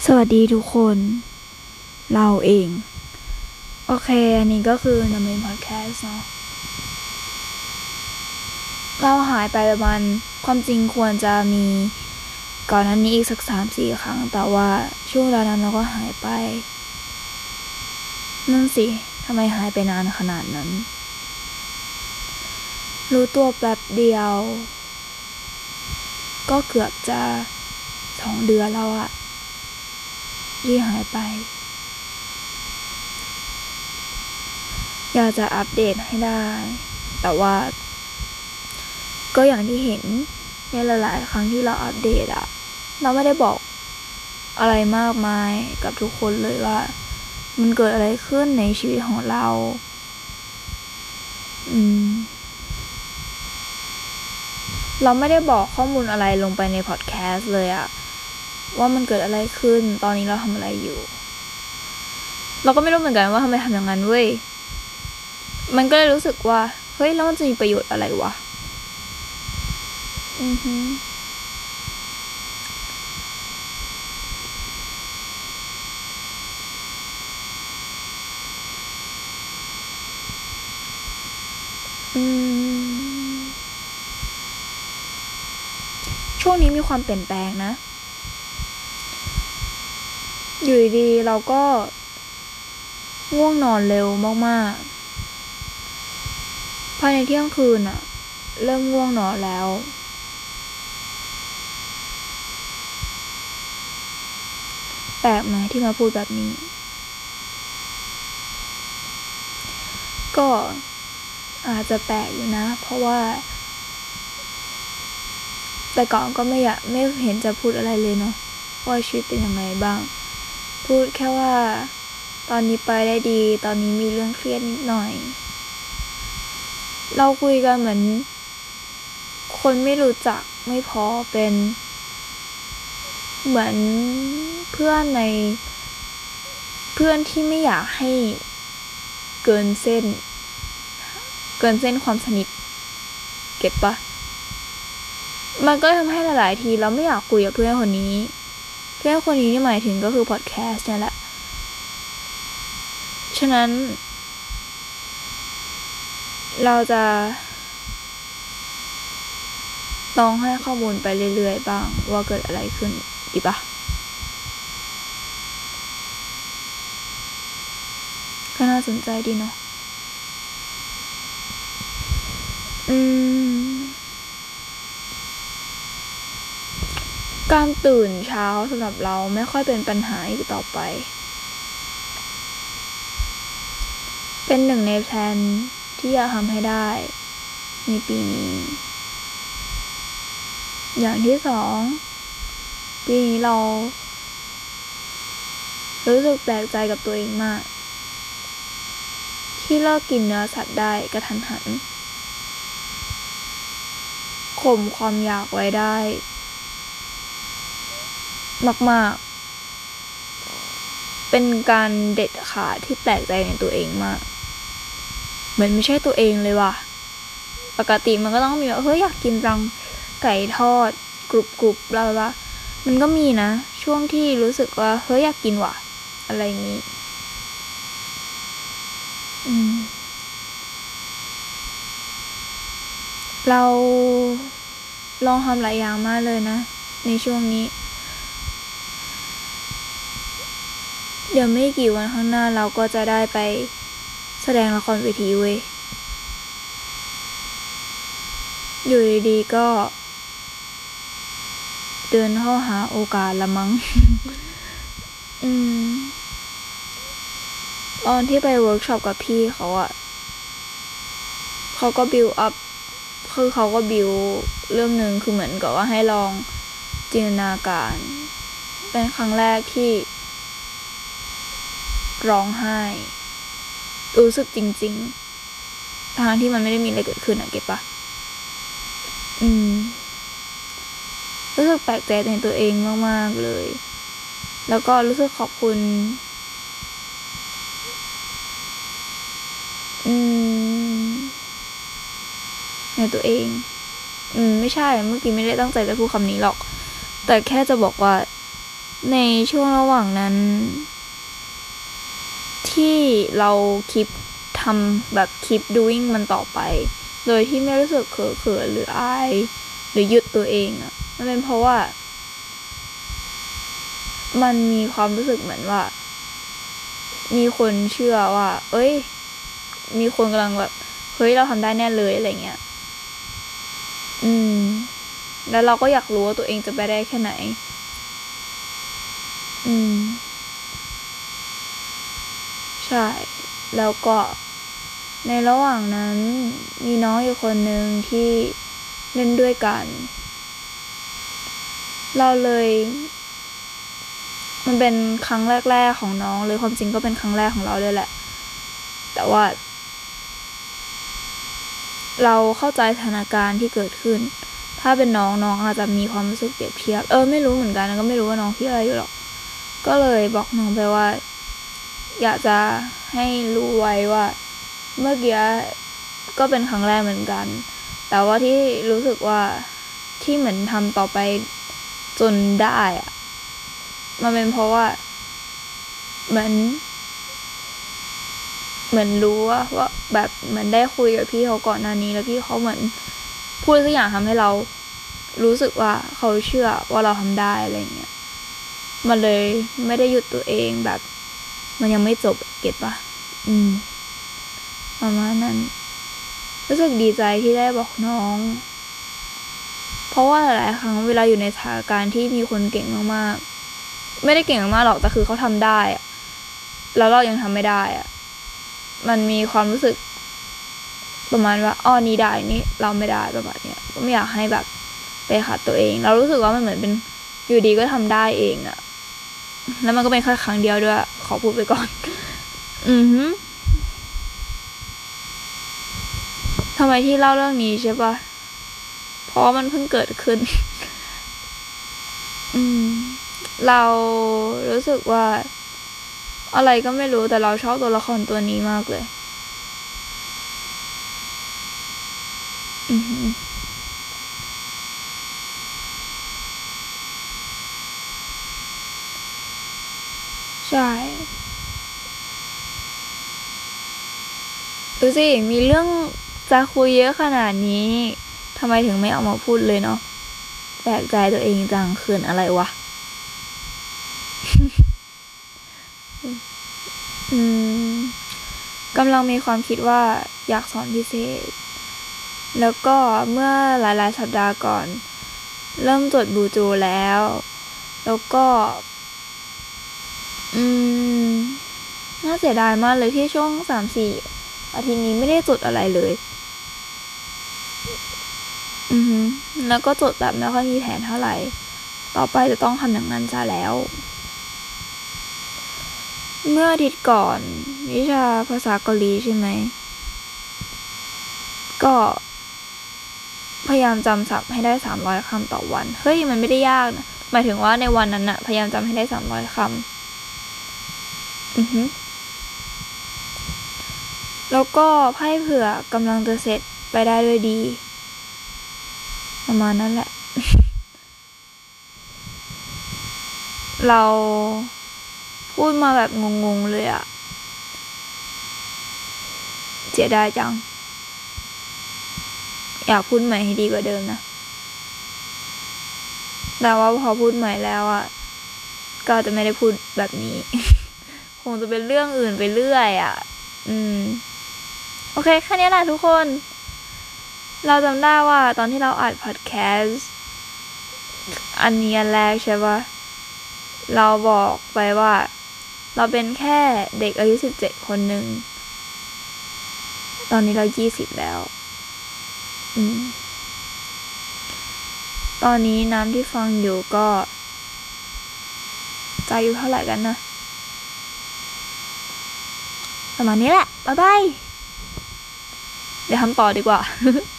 สวัสดีทุกคนเราเองโอเคอันนี้ก็คือดำเนินพอดแคสต์เนาะเราหายไปประมาณความจริงควรจะมีก่อนหน้านี้อีกสัก 3-4 ครั้งแต่ว่าช่วงเวลานั้นเราก็หายไปนั่นสิทำไมหายไปนานขนาดนั้นรู้ตัวแป๊บเดียวก็เกือบจะ2 เดือนแล้วอะที่หายไปอยากจะอัปเดตให้ได้แต่ว่าก็อย่างที่เห็นในหลายๆครั้งที่เราอัปเดตอะเราไม่ได้บอกอะไรมากมายกับทุกคนเลยว่ามันเกิดอะไรขึ้นในชีวิตของเราเราไม่ได้บอกข้อมูลอะไรลงไปในพอดแคสต์เลยอะว่ามันเกิดอะไรขึ้นตอนนี้เราทำอะไรอยู่เราก็ไม่รู้เหมือนกันว่าทำไมทำอย่างนั้นเว้ยมันก็เลยรู้สึกว่าเฮ้ยแล้วมันจะมีประโยชน์อะไรวะช่วงนี้มีความเปลี่ยนแปลงนะอยู่ดีๆเราก็ง่วงนอนเร็วมากๆภายในเที่ยงคืนอะเริ่มง่วงนอนแล้วแปลกไหมที่มาพูดแบบนี้ก็อาจจะแปลกอยู่นะเพราะว่าแต่ก่อนก็ไม่เห็นจะพูดอะไรเลยเนาะว่าชีวิตเป็นยังไงบ้างพูดแค่ว่าตอนนี้ไปได้ดีตอนนี้มีเรื่องเครียดนิดหน่อยเราคุยกันเหมือนคนไม่รู้จักไม่พอเป็นเหมือนเพื่อนที่ไม่อยากให้เกินเส้นความสนิทเก็ตปะมันก็ทำให้หลายๆทีเราไม่อยากคุยกับเพื่อนคนนี้ที่หมายถึงก็คือพอดแคสต์เนี่ยแหละฉะนั้นเราจะลองให้ข้อมูลไปเรื่อยๆบ้างว่าเกิดอะไรขึ้นดีปะก็น่าสนใจดีเนาะการตื่นเช้าสำหรับเราไม่ค่อยเป็นปัญหาอีกต่อไปเป็นหนึ่งในแพลนที่อยากทำให้ได้ในปีนี้อย่างที่สองปีนี้เรารู้สึกแปลกใจกับตัวเองมากที่เลิกกินเนื้อสัตว์ได้กระทันหันข่มความอยากไว้ได้มากๆเป็นการเด็ดขาดที่แปลกใจในตัวเองมากเหมือนไม่ใช่ตัวเองเลยว่ะปกติมันก็ต้องมีแบบเฮ้ยอยากกินจังไก่ทอดกรุบๆบลาบลามันก็มีนะช่วงที่รู้สึกว่าเฮ้ยอยากกินว่ะอะไรอย่างนี้เราลองทำหลายอย่างมากเลยนะในช่วงนี้เดี๋ยวไม่กี่วันข้างหน้าเราก็จะได้ไปแสดงละครเวทีเว้ยอยู่ดีๆก็เดินเข้าหาโอกาสละมั้ง ตอนที่ไปเวิร์กช็อปกับพี่เขาอะเขาก็บิวอัพคือเขาก็บิวเรื่องนึงคือเหมือนกับว่าให้ลองจินตนาการเป็นครั้งแรกที่ร้องไห้รู้สึกจริงๆทางที่มันไม่ได้มีอะไรเกิดขึ้นอะเก็ตปะรู้สึกแปลกใจในตัวเองมากๆเลยแล้วก็รู้สึกขอบคุณในตัวเองไม่ใช่เมื่อกี้ไม่ได้ตั้งใจจะพูดคำนี้หรอกแต่แค่จะบอกว่าในช่วงระหว่างนั้นที่เราคิดทำแบบคลิป doing มันต่อไปโดยที่ไม่รู้สึกเขินหรืออายหรือหยุดตัวเองอ่ะมันเป็นเพราะว่ามันมีความรู้สึกเหมือนว่ามีคนเชื่อว่าเอ้ยมีคนกำลังแบบเฮ้ยเราทำได้แน่เลยอะไรเงี้ยแล้วเราก็อยากรู้ว่าตัวเองจะไปได้แค่ไหนใช่แล้วก็ในระหว่างนั้นมีน้องอยู่คนหนึ่งที่เล่นด้วยกันเราเลยมันเป็นครั้งแรกๆของน้องเลยความจริงก็เป็นครั้งแรกของเราด้วยแหละแต่ว่าเราเข้าใจสถานการณ์ที่เกิดขึ้นถ้าเป็นน้องอาจจะมีความรู้สึกเปรียบเทียบไม่รู้เหมือนกันก็ไม่รู้ว่าน้องคิดอะไรอยู่หรอกก็เลยบอกน้องไปว่าอยากจะให้รู้ไว้ว่าเมื่อกี้ก็เป็นครั้งแรกเหมือนกันแต่ว่าที่รู้สึกว่าที่เหมือนทำต่อไปจนได้อะมันเป็นเพราะว่าเหมือนรู้ว่าแบบเหมือนได้คุยกับพี่เขาก่อนหน้านี้แล้วพี่เขาเหมือนพูดสักอย่างทำให้เรารู้สึกว่าเขาเชื่อว่าเราทำได้อะไรเงี้ยมันเลยไม่ได้หยุดตัวเองแบบมันยังไม่จบเก็ตปะประมาณนั้นรู้สึกดีใจที่ได้บอกน้องเพราะว่าหลายครั้งเวลาอยู่ในสถานการณ์ที่มีคนเก่งมากๆไม่ได้เก่งมากหรอกแต่คือเขาทำได้อะแล้วเรายังทำไม่ได้อะมันมีความรู้สึกประมาณว่านี่ได้นี่เราไม่ได้ประมาณเนี้ยก็ไม่อยากให้แบบไปขัดตัวเองเรารู้สึกว่ามันเหมือนเป็นอยู่ดีก็ทำได้เองอะแล้วมันก็เป็นแค่ครั้งเดียวด้วยขอพูดไปก่อนทำไมที่เล่าเรื่องนี้ใช่ปะเพราะมันเพิ่งเกิดขึ้นเรารู้สึกว่าอะไรก็ไม่รู้แต่เราชอบตัวละครตัวนี้มากเลยใช่ดูสิมีเรื่องจะคุยเยอะขนาดนี้ทำไมถึงไม่เอามาพูดเลยเนาะแปลกใจตัวเองจังเขินอะไรวะกำลังมีความคิดว่าอยากสอนพิเศษแล้วก็เมื่อหลายๆสัปดาห์ก่อนเริ่มจดบูจูแล้วก็น่าเสียดายมากเลยที่ช่วง3-4 อาทิตย์นี้ไม่ได้จดอะไรเลยแล้วก็จดแบบไม่ค่อยมีแผนเท่าไหร่ต่อไปจะต้องทำอย่างนั้นซะแล้วเมื่ออาทิตย์ก่อนวิชาภาษาเกาหลีใช่ไหมก็พยายามจำศัพท์ให้ได้300 คำต่อวันเฮ้ยมันไม่ได้ยากนะหมายถึงว่าในวันนั้นนะพยายามจำให้ได้300 คำแล้วก็ไพ่เผื่อกำลังจะเสร็จไปได้ด้วยดีประมาณนั้นแหละเราพูดมาแบบงงๆเลยอะเสียดายจังอยากพูดใหม่ให้ดีกว่าเดิมนะแต่ว่าพอพูดใหม่แล้วอะก็จะไม่ได้พูดแบบนี้คงจะเป็นเรื่องอื่นไปเรื่อยอะโอเคแค่นี้แหละทุกคนเราจำได้ว่าตอนที่เราอัดพอดแคสต์อันนี้อันแรกใช่ปะเราบอกไปว่าเราเป็นแค่เด็กอายุ17 คนหนึ่งตอนนี้เรา20แล้วตอนนี้น้ำที่ฟังอยู่ก็จะอายุเท่าไหร่กันนะประมาณนี้แหละบ๊ายบายเดี๋ยวทำต่อดีกว่า